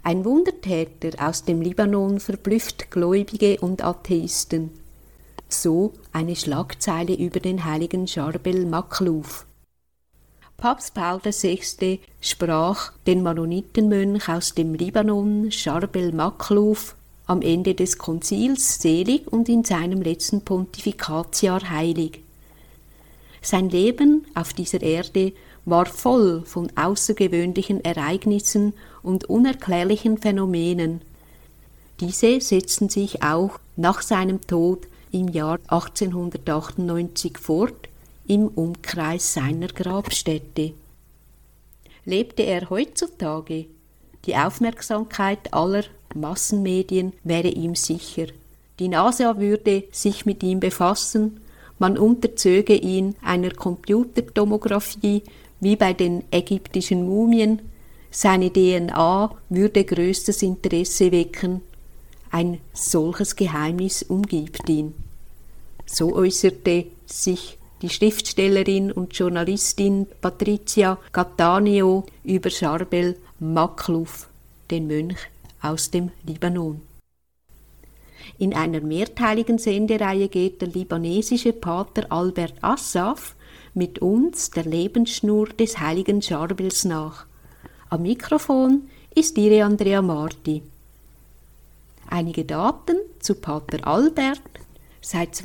Ein Wundertäter aus dem Libanon verblüfft Gläubige und Atheisten. So eine Schlagzeile über den heiligen Charbel Makhlouf. Papst Paul VI. Sprach den Mennonitenmönch aus dem Libanon, Charbel Makhlouf, am Ende des Konzils selig und in seinem letzten Pontifikatsjahr heilig. Sein Leben auf dieser Erde war voll von außergewöhnlichen Ereignissen und unerklärlichen Phänomenen. Diese setzten sich auch nach seinem Tod im Jahr 1898 fort, im Umkreis seiner Grabstätte. Lebte er heutzutage, die Aufmerksamkeit aller Massenmedien wäre ihm sicher. Die NASA würde sich mit ihm befassen, man unterzöge ihn einer Computertomographie wie bei den ägyptischen Mumien, seine DNA würde größtes Interesse wecken. Ein solches Geheimnis umgibt ihn. So äußerte sich die Schriftstellerin und Journalistin Patricia Cattaneo über Charbel Makhlouf, den Mönch aus dem Libanon. In einer mehrteiligen Sendereihe geht der libanesische Pater Albert Assaf mit uns der Lebensschnur des heiligen Charbels nach. Am Mikrofon ist Ihre Andrea Marti. Einige Daten zu Pater Albert. Seit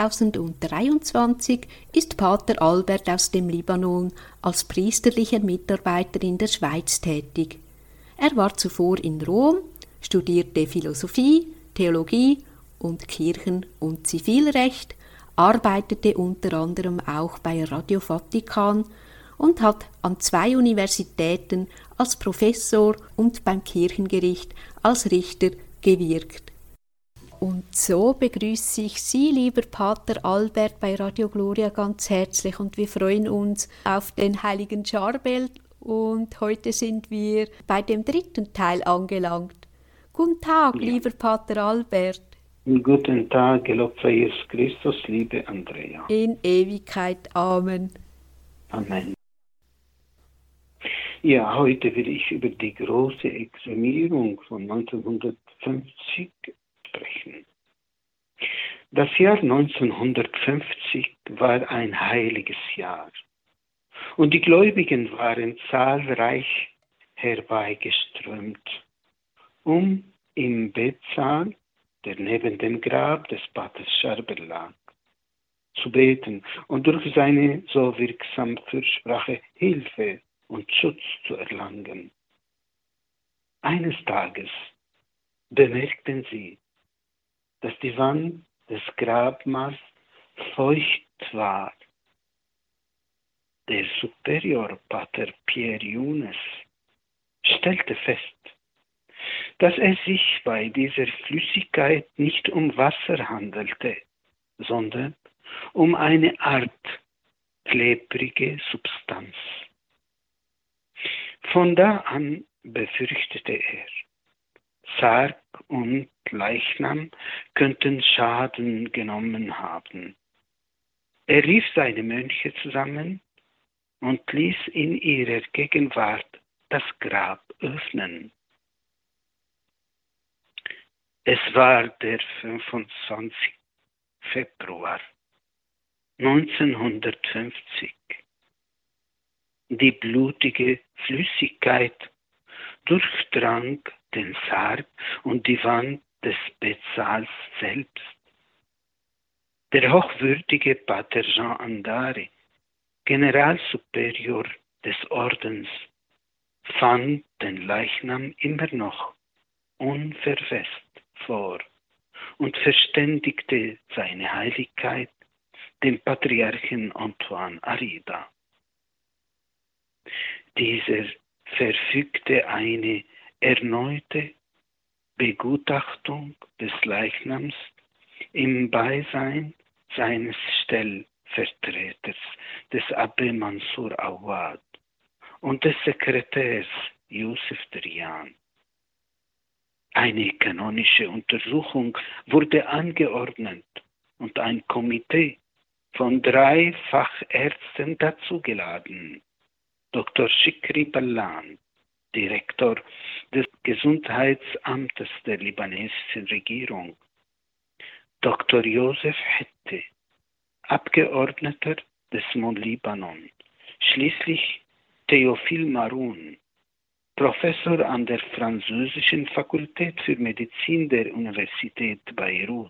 2023 ist Pater Albert aus dem Libanon als priesterlicher Mitarbeiter in der Schweiz tätig. Er war zuvor in Rom, studierte Philosophie, Theologie und Kirchen- und Zivilrecht, arbeitete unter anderem auch bei Radio Vatikan und hat an 2 Universitäten als Professor und beim Kirchengericht als Richter gewirkt. Und so begrüße ich Sie, lieber Pater Albert, bei Radio Gloria ganz herzlich und wir freuen uns auf den heiligen Charbel und heute sind wir bei dem 3. Teil angelangt. Guten Tag, lieber Pater Albert. Guten Tag, gelobt sei Jesus Christus, liebe Andrea. In Ewigkeit. Amen. Amen. Ja, heute will ich über die große Exhumierung von 1950 sprechen. Das Jahr 1950 war ein heiliges Jahr und die Gläubigen waren zahlreich herbeigeströmt, um im Betsaal, der neben dem Grab des Paters Charbel lag, zu beten und durch seine so wirksame Fürsprache Hilfe und Schutz zu erlangen. Eines Tages bemerkten sie, dass die Wand des Grabmals feucht war. Der Superior Pater Pierre Younes stellte fest, dass es sich bei dieser Flüssigkeit nicht um Wasser handelte, sondern um eine Art klebrige Substanz. Von da an befürchtete er, Sarg und Leichnam könnten Schaden genommen haben. Er rief seine Mönche zusammen und ließ in ihrer Gegenwart das Grab öffnen. Es war der 25. Februar 1950. Die blutige Flüssigkeit durchdrang den Sarg und die Wand des Betsaals selbst. Der hochwürdige Pater Jean Andari, Generalsuperior des Ordens, fand den Leichnam immer noch unverwest vor und verständigte seine Heiligkeit, den Patriarchen Antoine Arida. Dieser verfügte eine erneute Begutachtung des Leichnams im Beisein seines Stellvertreters, des Abbé Mansour Awad und des Sekretärs Yusuf Drian. Eine kanonische Untersuchung wurde angeordnet und ein Komitee von 3 Fachärzten dazugeladen. Dr. Shikri Ballan, Direktor des Gesundheitsamtes der libanesischen Regierung, Dr. Joseph Hette, Abgeordneter des Mont Libanon, schließlich Theophile Maroun, Professor an der französischen Fakultät für Medizin der Universität Beirut.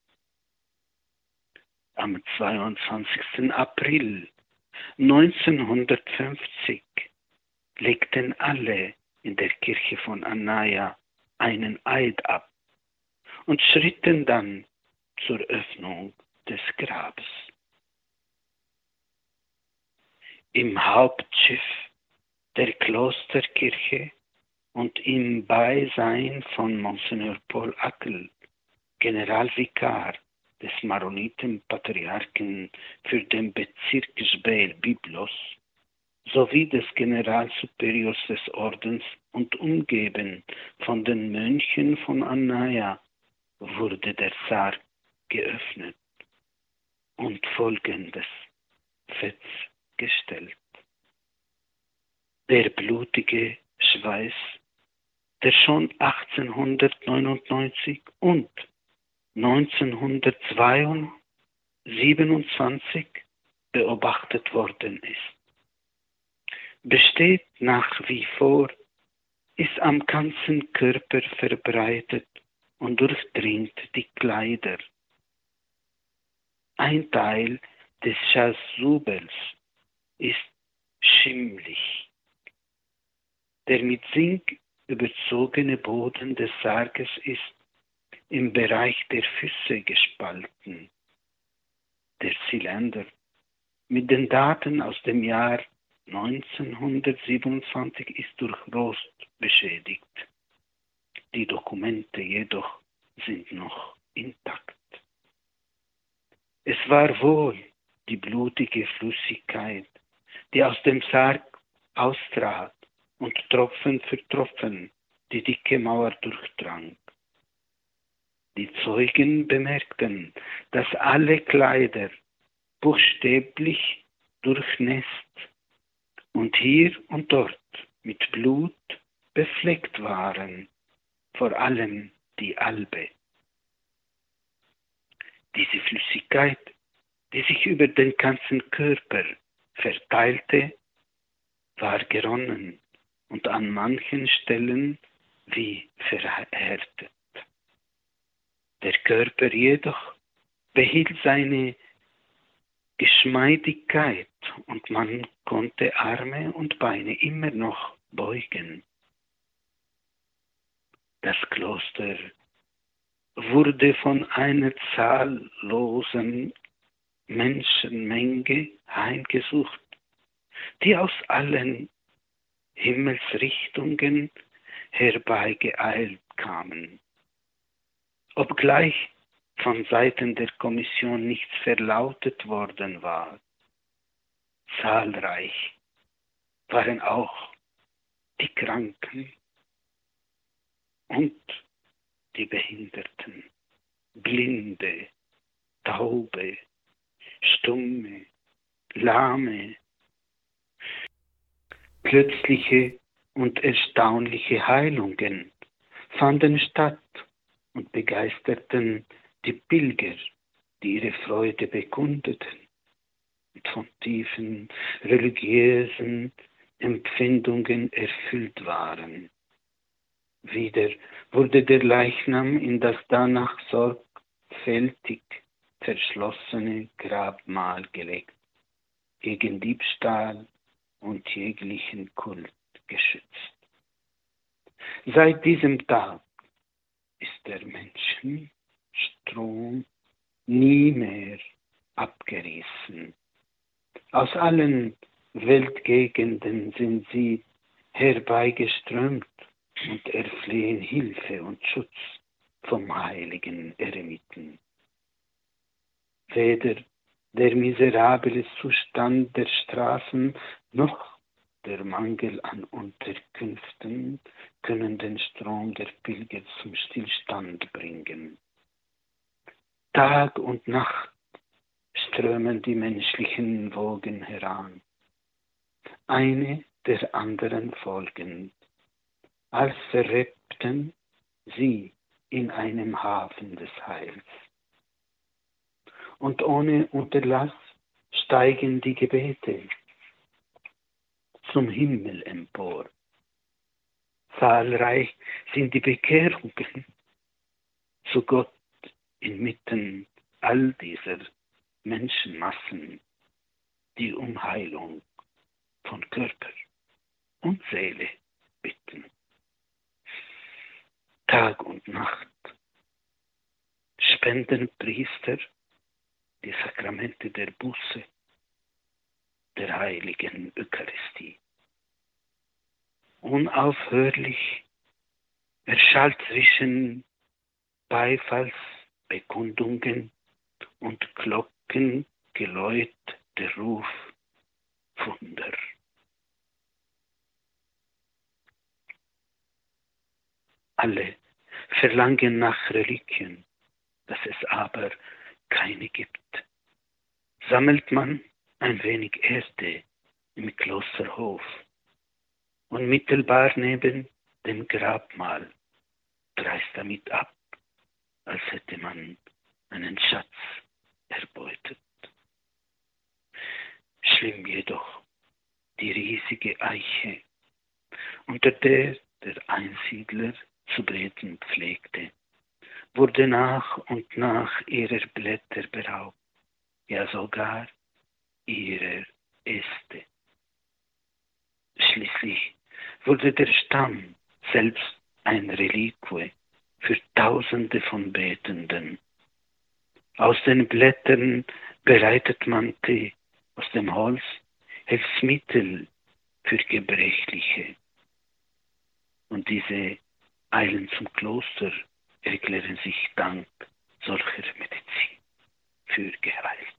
Am 22. April 1950 legten alle in der Kirche von Anaya einen Eid ab und schritten dann zur Öffnung des Grabes. Im Hauptschiff der Klosterkirche und im Beisein von Monseigneur Paul Ackel, Generalvikar des Maronitenpatriarchen für den Bezirk Jbeil Byblos, sowie des Generalsuperiors des Ordens und umgeben von den Mönchen von Anaya, wurde der Sarg geöffnet und Folgendes festgestellt. Der blutige Schweiß, der schon 1899 und 1927 beobachtet worden ist, besteht nach wie vor, ist am ganzen Körper verbreitet und durchdringt die Kleider. Ein Teil des Chasubels ist schimmlig. Der mit Zink überzogene Boden des Sarges ist im Bereich der Füße gespalten. Der Zylinder mit den Daten aus dem Jahr 1927 ist durch Rost beschädigt. Die Dokumente jedoch sind noch intakt. Es war wohl die blutige Flüssigkeit, die aus dem Sarg austrat und Tropfen für Tropfen die dicke Mauer durchdrang. Die Zeugen bemerkten, dass alle Kleider buchstäblich durchnässt und hier und dort mit Blut befleckt waren, vor allem die Albe. Diese Flüssigkeit, die sich über den ganzen Körper verteilte, war geronnen und an manchen Stellen wie verhärtet. Der Körper jedoch behielt seine Geschmeidigkeit und man konnte Arme und Beine immer noch beugen. Das Kloster wurde von einer zahllosen Menschenmenge heimgesucht, die aus allen Himmelsrichtungen herbeigeeilt kamen. Obgleich von Seiten der Kommission nichts verlautet worden war. Zahlreich waren auch die Kranken und die Behinderten, Blinde, Taube, Stumme, Lahme. Plötzliche und erstaunliche Heilungen fanden statt und begeisterten die Pilger, die ihre Freude bekundeten und von tiefen religiösen Empfindungen erfüllt waren. Wieder wurde der Leichnam in das danach sorgfältig verschlossene Grabmal gelegt, gegen Diebstahl und jeglichen Kult geschützt. Seit diesem Tag ist der Menschenstrom nie mehr abgerissen. Aus allen Weltgegenden sind sie herbeigeströmt und erflehen Hilfe und Schutz vom heiligen Eremiten. Weder der miserable Zustand der Straßen noch der Mangel an Unterkünften können den Strom der Pilger zum Stillstand bringen. Tag und Nacht strömen die menschlichen Wogen heran, eine der anderen folgend. als verreppten sie in einem Hafen des Heils. Und ohne Unterlass steigen die Gebete zum Himmel empor. Zahlreich sind die Bekehrungen zu Gott inmitten all dieser Menschenmassen, die um Heilung von Körper und Seele bitten. Tag und Nacht spenden Priester die Sakramente der Buße, der heiligen Eucharistie. Unaufhörlich erschallt zwischen Beifallsbekundungen und Glockengeläut der Ruf Wunder. Alle verlangen nach Reliquien, dass es aber keine gibt. Sammelt man ein wenig Erde im Klosterhof und mittelbar neben dem Grabmal reist damit ab, als hätte man einen Schatz erbeutet. Schlimm jedoch die riesige Eiche, unter der der Einsiedler zu beten pflegte, wurde nach und nach ihrer Blätter beraubt, ja sogar ihrer Äste. Schließlich wurde der Stamm selbst ein Reliquie für Tausende von Betenden. Aus den Blättern bereitet man Tee, aus dem Holz Hilfsmittel für Gebrechliche. Und diese eilen zum Kloster, erklären sich dank solcher Medizin für geheilt.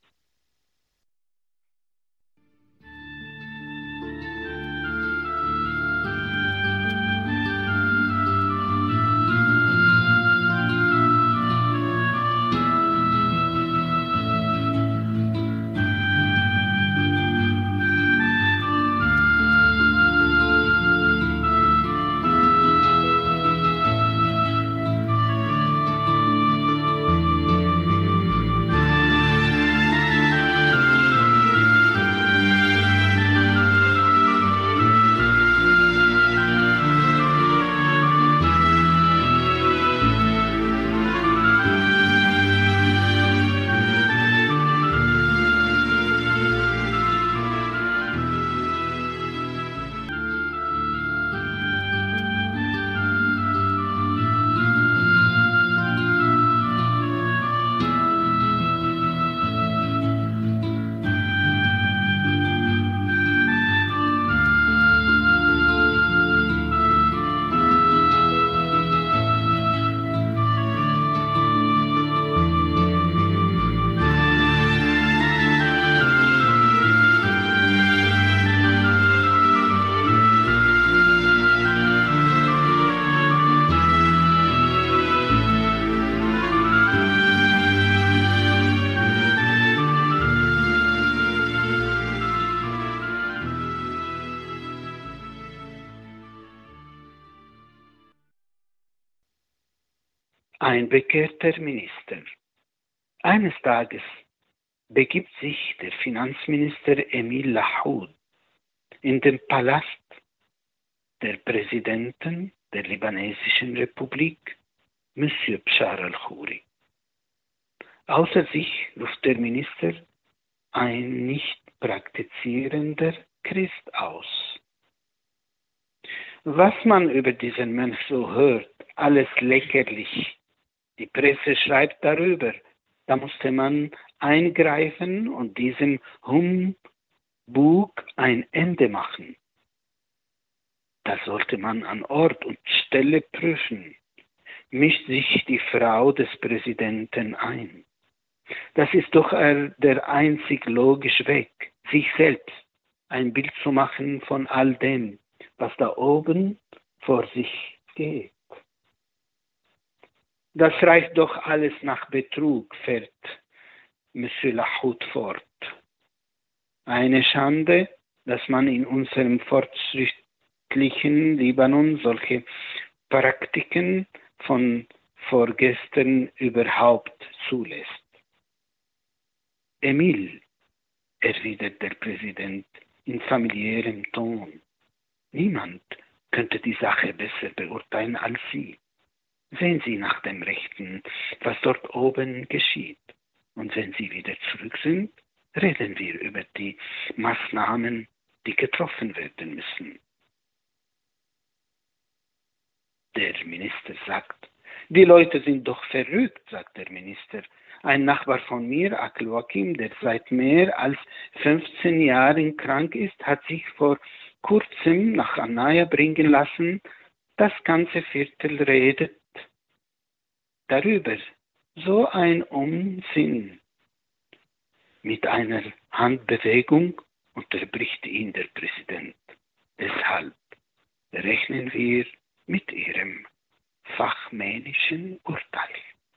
Ein bekehrter Minister. Eines Tages begibt sich der Finanzminister Emil Lahoud in den Palast der Präsidenten der libanesischen Republik, Monsieur Bshar al-Khoury. Außer sich ruft der Minister ein nicht praktizierender Christ aus. Was man über diesen Mönch so hört, alles lächerlich. Die Presse schreibt darüber. Da musste man eingreifen und diesem Humbug ein Ende machen. Da sollte man an Ort und Stelle prüfen. Mischt sich die Frau des Präsidenten ein. Das ist doch der einzig logische Weg, sich selbst ein Bild zu machen von all dem, was da oben vor sich geht. Das reicht doch alles nach Betrug, fährt Monsieur Lahoud fort. Eine Schande, dass man in unserem östlichen Libanon solche Praktiken von vorgestern überhaupt zulässt. Emil, erwidert der Präsident in familiärem Ton, niemand könnte die Sache besser beurteilen als Sie. Sehen Sie nach dem Rechten, was dort oben geschieht. Und wenn Sie wieder zurück sind, reden wir über die Maßnahmen, die getroffen werden müssen. Der Minister sagt, die Leute sind doch verrückt, sagt der Minister. Ein Nachbar von mir, Akel Wakim, der seit mehr als 15 Jahren krank ist, hat sich vor kurzem nach Anaya bringen lassen. Das ganze Viertel redet darüber. So ein Unsinn. Mit einer Handbewegung unterbricht ihn der Präsident. Deshalb rechnen wir mit Ihrem fachmännischen Urteil.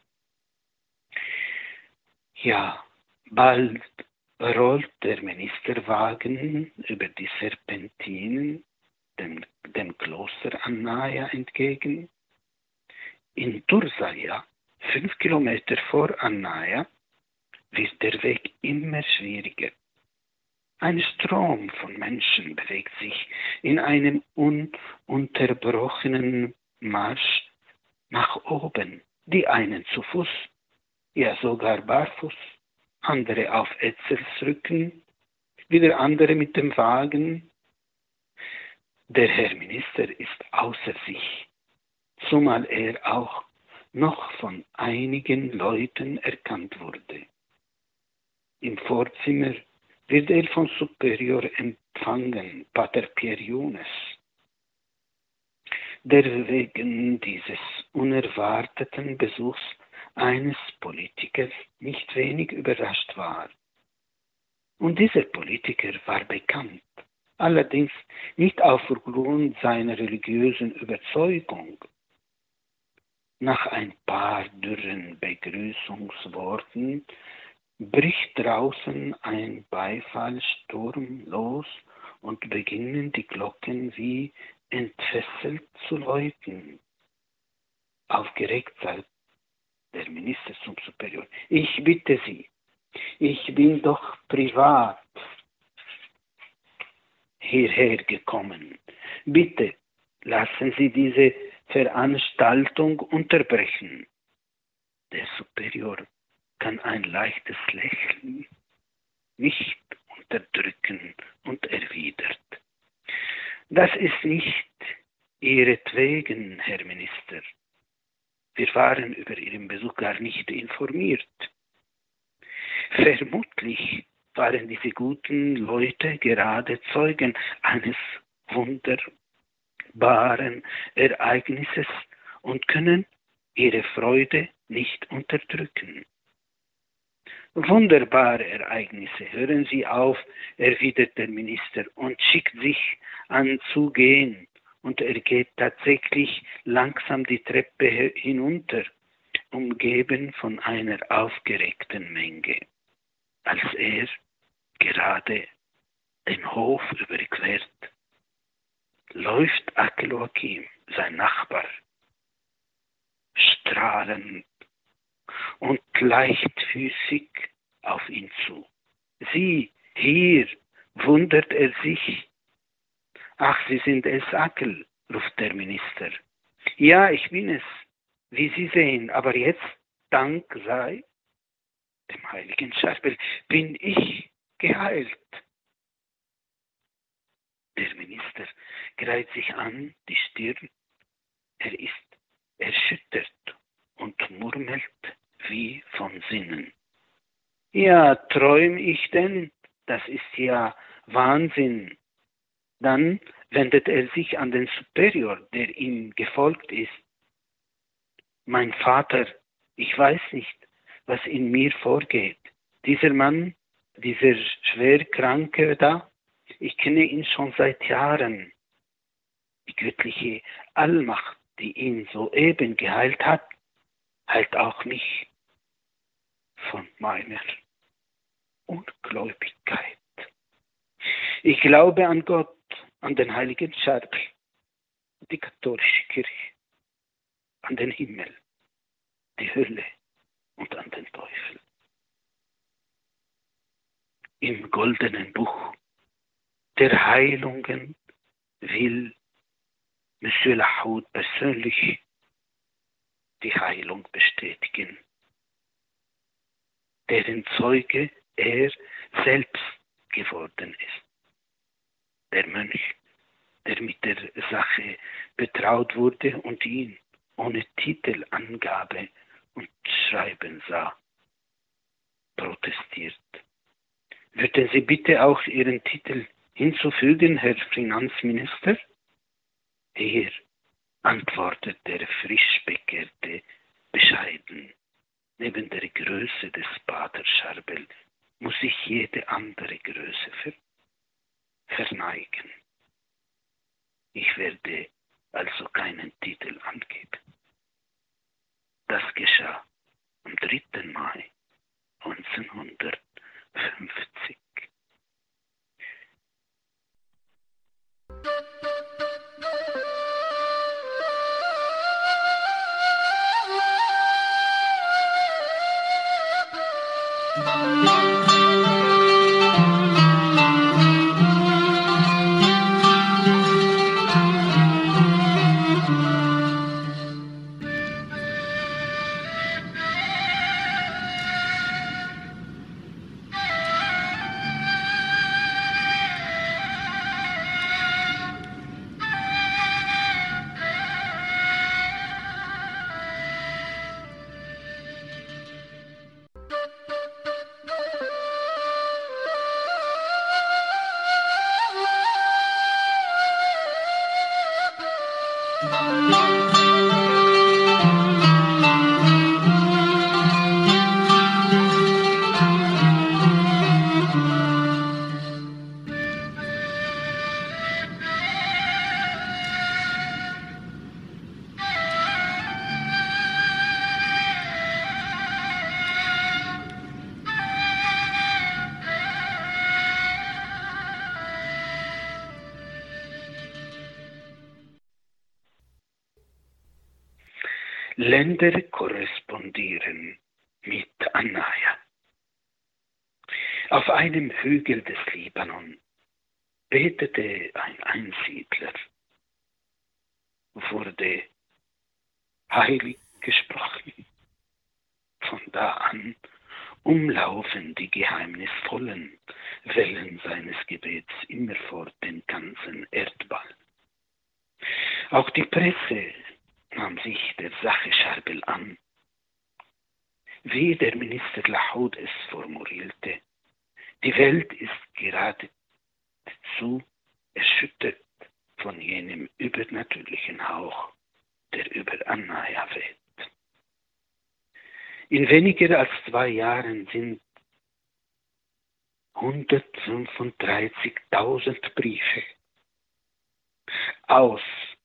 Ja, bald rollt der Ministerwagen über die Serpentinen dem Kloster Anaya entgegen. In Tursaya, 5 Kilometer vor Anaya, wird der Weg immer schwieriger. Ein Strom von Menschen bewegt sich in einem ununterbrochenen Marsch nach oben, die einen zu Fuß, ja sogar barfuß, andere auf Etzelsrücken, wieder andere mit dem Wagen. Der Herr Minister ist außer sich, zumal er auch noch von einigen Leuten erkannt wurde. Im Vorzimmer wird er von Superior empfangen, Pater Pierre Younes, der wegen dieses unerwarteten Besuchs eines Politikers nicht wenig überrascht war. Und dieser Politiker war bekannt, allerdings nicht aufgrund seiner religiösen Überzeugung. Nach ein paar dürren Begrüßungsworten bricht draußen ein Beifallssturm los und beginnen die Glocken wie entfesselt zu läuten. Aufgeregt sagt der Minister zum Superior: Ich bitte Sie, ich bin doch privat hierher gekommen. Bitte lassen Sie diese Veranstaltung unterbrechen. Der Superior kann ein leichtes Lächeln nicht unterdrücken und erwidert: Das ist nicht Ihretwegen, Herr Minister. Wir waren über Ihren Besuch gar nicht informiert. Vermutlich waren diese guten Leute gerade Zeugen eines wunderbaren Ereignisses und können ihre Freude nicht unterdrücken. Wunderbare Ereignisse, hören Sie auf, erwidert der Minister und schickt sich an zu gehen. Und er geht tatsächlich langsam die Treppe hinunter, umgeben von einer aufgeregten Menge. Als er gerade den Hof überquert, läuft Akel Wakim, sein Nachbar, strahlend und leichtfüßig auf ihn zu. Sie, hier, wundert er sich. Ach, Sie sind es, Akel, ruft der Minister. Ja, ich bin es, wie Sie sehen, aber jetzt, Dank sei dem heiligen Charbel, bin ich geheilt. Der Minister greift sich an die Stirn. Er ist erschüttert und murmelt wie von Sinnen. Ja, träum ich denn? Das ist ja Wahnsinn. Dann wendet er sich an den Superior, der ihm gefolgt ist. Mein Vater, ich weiß nicht, was in mir vorgeht. Dieser Mann, dieser Schwerkranke da, ich kenne ihn schon seit Jahren. Die göttliche Allmacht, die ihn soeben geheilt hat, heilt auch mich von meiner Ungläubigkeit. Ich glaube an Gott, an den heiligen Charbel, die katholische Kirche, an den Himmel, die Hölle und an den Teufel. Im goldenen Buch der Heilungen will Monsieur Lahoud persönlich die Heilung bestätigen, deren Zeuge er selbst geworden ist. Der Mönch, der mit der Sache betraut wurde und ihn ohne Titelangabe und Schreiben sah, protestiert. Würden Sie bitte auch Ihren Titel hinzufügen, Herr Finanzminister? Er, antwortet der Frischbegehrte bescheiden. Neben der Größe des Pater Charbel muss sich jede andere Größe verneigen. Ich werde also keinen Titel angeben. Das geschah am 3. Mai 1950. Länder korrespondieren mit Anaya. Auf einem Hügel des Libanon betete ein Einsiedler, wurde heilig gesprochen. Von da an umlaufen die geheimnisvollen Wellen seines Gebets immerfort den ganzen Erdball. Auch die Presse nahm sich der Sache Charbel an. Wie der Minister Lahoud es formulierte, die Welt ist geradezu erschüttert von jenem übernatürlichen Hauch, der über Anaya weht. In weniger als 2 Jahren sind 135.000 Briefe aus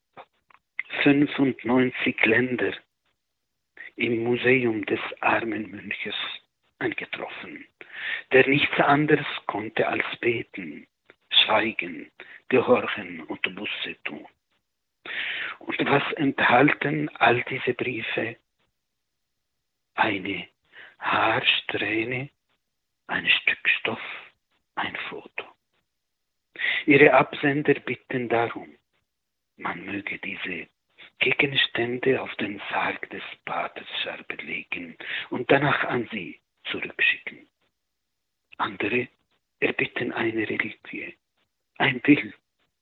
95 Ländern im Museum des armen Mönches eingetroffen, der nichts anderes konnte als beten, schweigen, gehorchen und Buße tun. Und was enthalten all diese Briefe? Eine Haarsträhne, ein Stück Stoff, ein Foto. Ihre Absender bitten darum, man möge diese Gegenstände auf den Sarg des Paters Charbel legen und danach an sie zurückschicken. Andere erbitten eine Reliquie, ein Bild,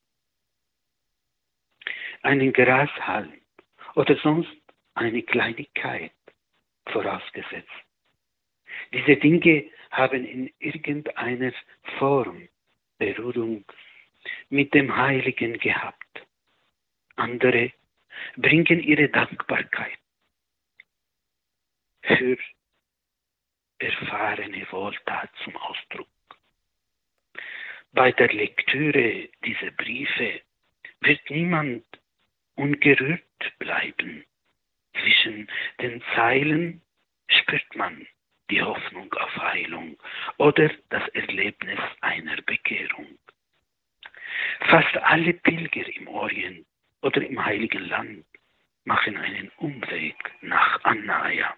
einen Grashalm oder sonst eine Kleinigkeit, vorausgesetzt. Diese Dinge haben in irgendeiner Form Berührung mit dem Heiligen gehabt. Andere bringen ihre Dankbarkeit für erfahrene Wohltat zum Ausdruck. Bei der Lektüre dieser Briefe wird niemand ungerührt bleiben. Zwischen den Zeilen spürt man die Hoffnung auf Heilung oder das Erlebnis einer Bekehrung. Fast alle Pilger im Orient oder im Heiligen Land machen einen Umweg nach Anaja.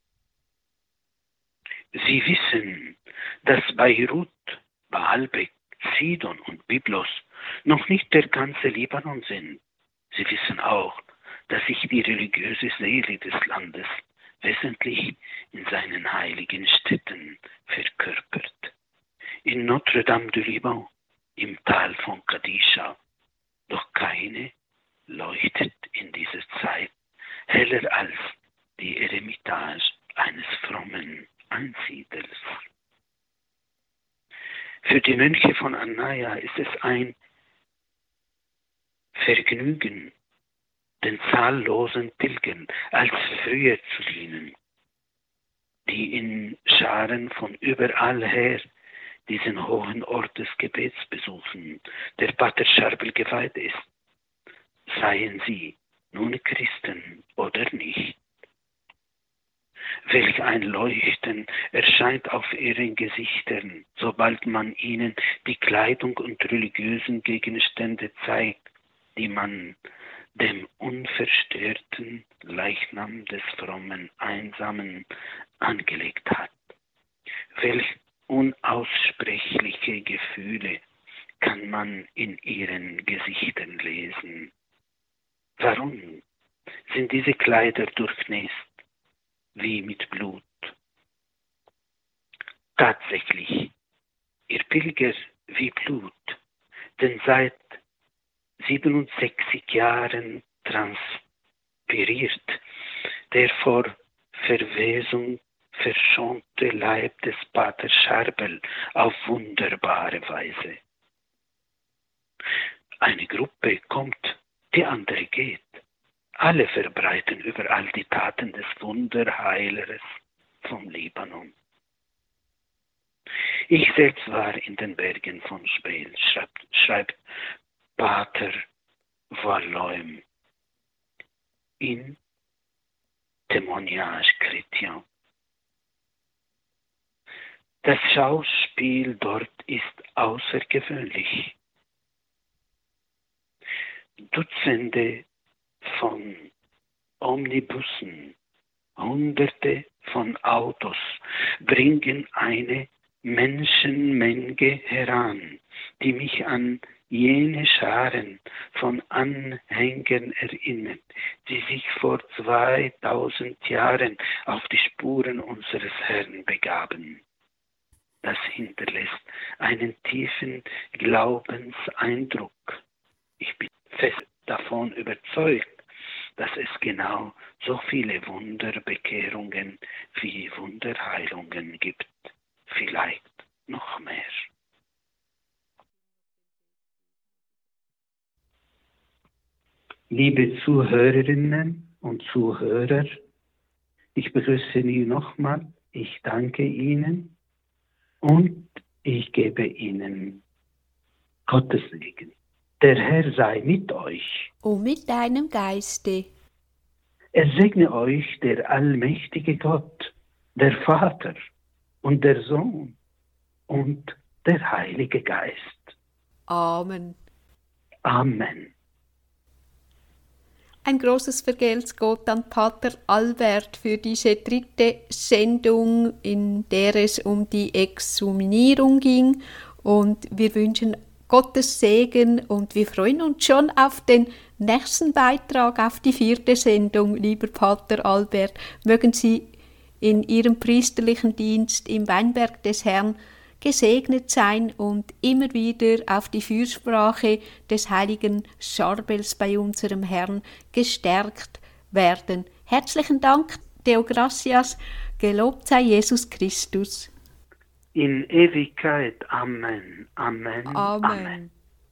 Sie wissen, dass Beirut, Baalbek, Sidon und Byblos noch nicht der ganze Libanon sind. Sie wissen auch, dass sich die religiöse Seele des Landes wesentlich in seinen heiligen Städten verkörpert. In Notre-Dame du Liban, im Tal von Kadisha, doch keine leuchtet in dieser Zeit heller als die Eremitage eines frommen Einsiedlers. Für die Mönche von Anaja ist es ein Vergnügen, den zahllosen Pilgern als früher zu dienen, die in Scharen von überall her diesen hohen Ort des Gebets besuchen, der Pater Charbel geweiht ist, seien sie nun Christen oder nicht. Welch ein Leuchten erscheint auf ihren Gesichtern, sobald man ihnen die Kleidung und religiösen Gegenstände zeigt, die man dem unverstörten Leichnam des frommen Einsamen angelegt hat. Welch unaussprechliche Gefühle kann man in ihren Gesichtern lesen. Warum sind diese Kleider durchnässt wie mit Blut? Tatsächlich, ihr Pilger wie Blut, denn seit 67 Jahren transpiriert der vor Verwesung verschonte Leib des Pater Charbel auf wunderbare Weise. Eine Gruppe kommt, die andere geht. Alle verbreiten überall die Taten des Wunderheilers vom Libanon. Ich selbst war in den Bergen von Speel, schreibt Pater Valloim in Témoignage chrétien. Das Schauspiel dort ist außergewöhnlich. Dutzende von Omnibussen, Hunderte von Autos bringen eine Menschenmenge heran, die mich an jene Scharen von Anhängern erinnert, die sich vor 2000 Jahren auf die Spuren unseres Herrn begaben. Das hinterlässt einen tiefen Glaubenseindruck. Ich bin fest davon überzeugt, dass es genau so viele Wunderbekehrungen wie Wunderheilungen gibt. Vielleicht noch mehr. Liebe Zuhörerinnen und Zuhörer, ich begrüße Sie nochmal, ich danke Ihnen und ich gebe Ihnen Gottes Segen. Der Herr sei mit euch. Und mit deinem Geiste. Er segne euch der allmächtige Gott, der Vater und der Sohn und der Heilige Geist. Amen. Amen. Ein großes Vergelt's Gott an Pater Albert für diese 3. Sendung, in der es um die Exhumierung ging. Und wir wünschen Gottes Segen und wir freuen uns schon auf den nächsten Beitrag, auf die 4. Sendung, lieber Pater Albert. Mögen Sie in Ihrem priesterlichen Dienst im Weinberg des Herrn gesegnet sein und immer wieder auf die Fürsprache des heiligen Charbels bei unserem Herrn gestärkt werden. Herzlichen Dank, Deo Gracias, gelobt sei Jesus Christus. In Ewigkeit. Amen. Amen. Amen. Amen.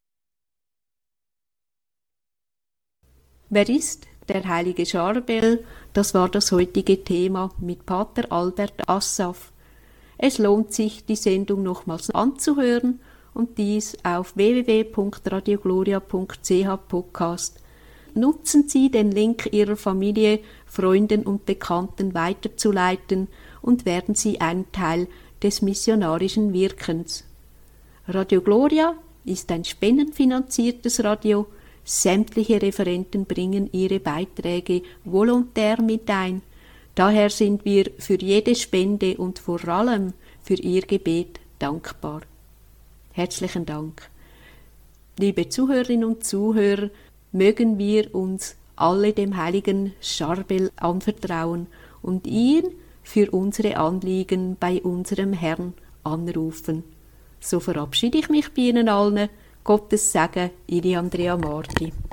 Wer ist der heilige Charbel? Das war das heutige Thema mit Pater Albert Assaf. Es lohnt sich, die Sendung nochmals anzuhören und dies auf www.radiogloria.ch Podcast. Nutzen Sie den Link Ihrer Familie, Freunden und Bekannten weiterzuleiten und werden Sie ein Teil des missionarischen Wirkens. Radio Gloria ist ein spendenfinanziertes Radio. Sämtliche Referenten bringen ihre Beiträge volontär mit ein. Daher sind wir für jede Spende und vor allem für Ihr Gebet dankbar. Herzlichen Dank. Liebe Zuhörerinnen und Zuhörer, mögen wir uns alle dem heiligen Charbel anvertrauen und ihn für unsere Anliegen bei unserem Herrn anrufen. So verabschiede ich mich bei Ihnen allen. Gottes Segen, Ihre Andrea Marti.